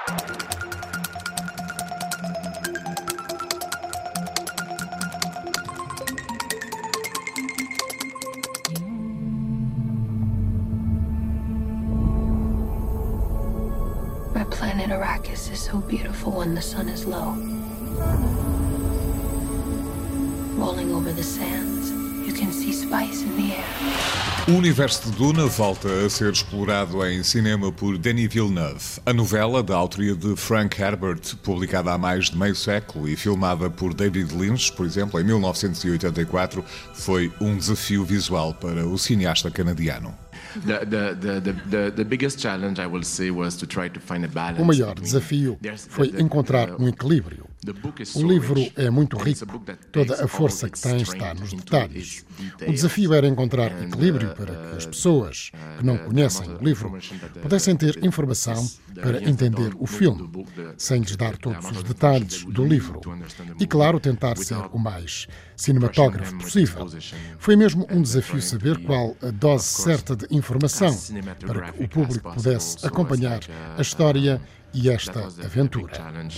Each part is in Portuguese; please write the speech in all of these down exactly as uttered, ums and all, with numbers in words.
My planet Arrakis is so beautiful when the sun is low. Rolling over the sands, you can see spice in the air. O universo de Duna volta a ser explorado em cinema por Denis Villeneuve. A novela, da autoria de Frank Herbert, publicada há mais de meio século e filmada por David Lynch, por exemplo, em mil novecentos e oitenta e quatro, foi um desafio visual para o cineasta canadiano. O maior desafio foi encontrar um equilíbrio. O livro é muito rico. Toda a força que tem está nos detalhes. O desafio era encontrar equilíbrio para que as pessoas que não conhecem o livro pudessem ter informação para entender o filme, sem lhes dar todos os detalhes do livro. E, claro, tentar ser o mais cinematógrafo possível. Foi mesmo um desafio saber qual a dose certa de informação para que o público pudesse acompanhar a história e esta aventura.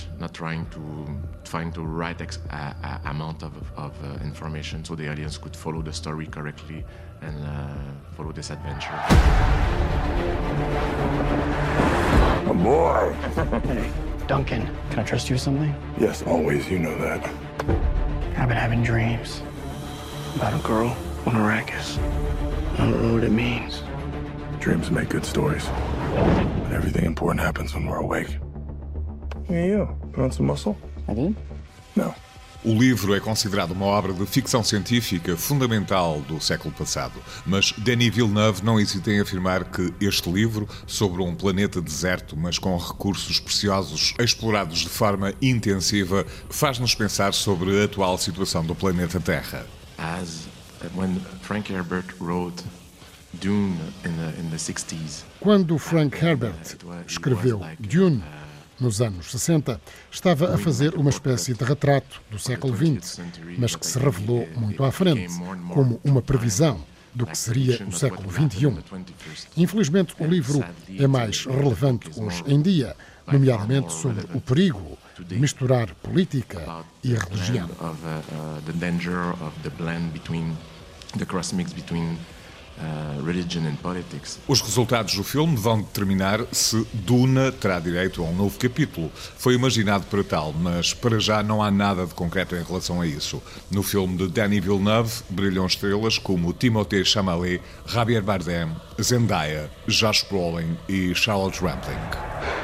A boy! Hey, Duncan, can I trust you with something? Yes, always. You know that. I've been having dreams about a girl on Arrakis. I don't know what it means. Dreams make good stories. But everything important happens when we're awake. Hey, you. Put on some muscle? I did? No. O livro é considerado uma obra de ficção científica fundamental do século passado, mas Denis Villeneuve não hesita em afirmar que este livro, sobre um planeta deserto, mas com recursos preciosos explorados de forma intensiva, faz-nos pensar sobre a atual situação do planeta Terra. As when Frank Herbert wrote Dune in the in the sixties. Quando Frank Herbert escreveu Dune nos anos sessenta, estava a fazer uma espécie de retrato do século vinte, mas que se revelou muito à frente, como uma previsão do que seria o século vinte e um. Infelizmente, o livro é mais relevante hoje em dia, nomeadamente sobre o perigo de misturar política e religião. Os resultados do filme vão determinar se Duna terá direito a um novo capítulo. Foi imaginado para tal, mas para já não há nada de concreto em relação a isso. No filme de Denis Villeneuve brilham estrelas como Timothée Chalamet, Javier Bardem, Zendaya, Josh Brolin e Charlotte Rampling.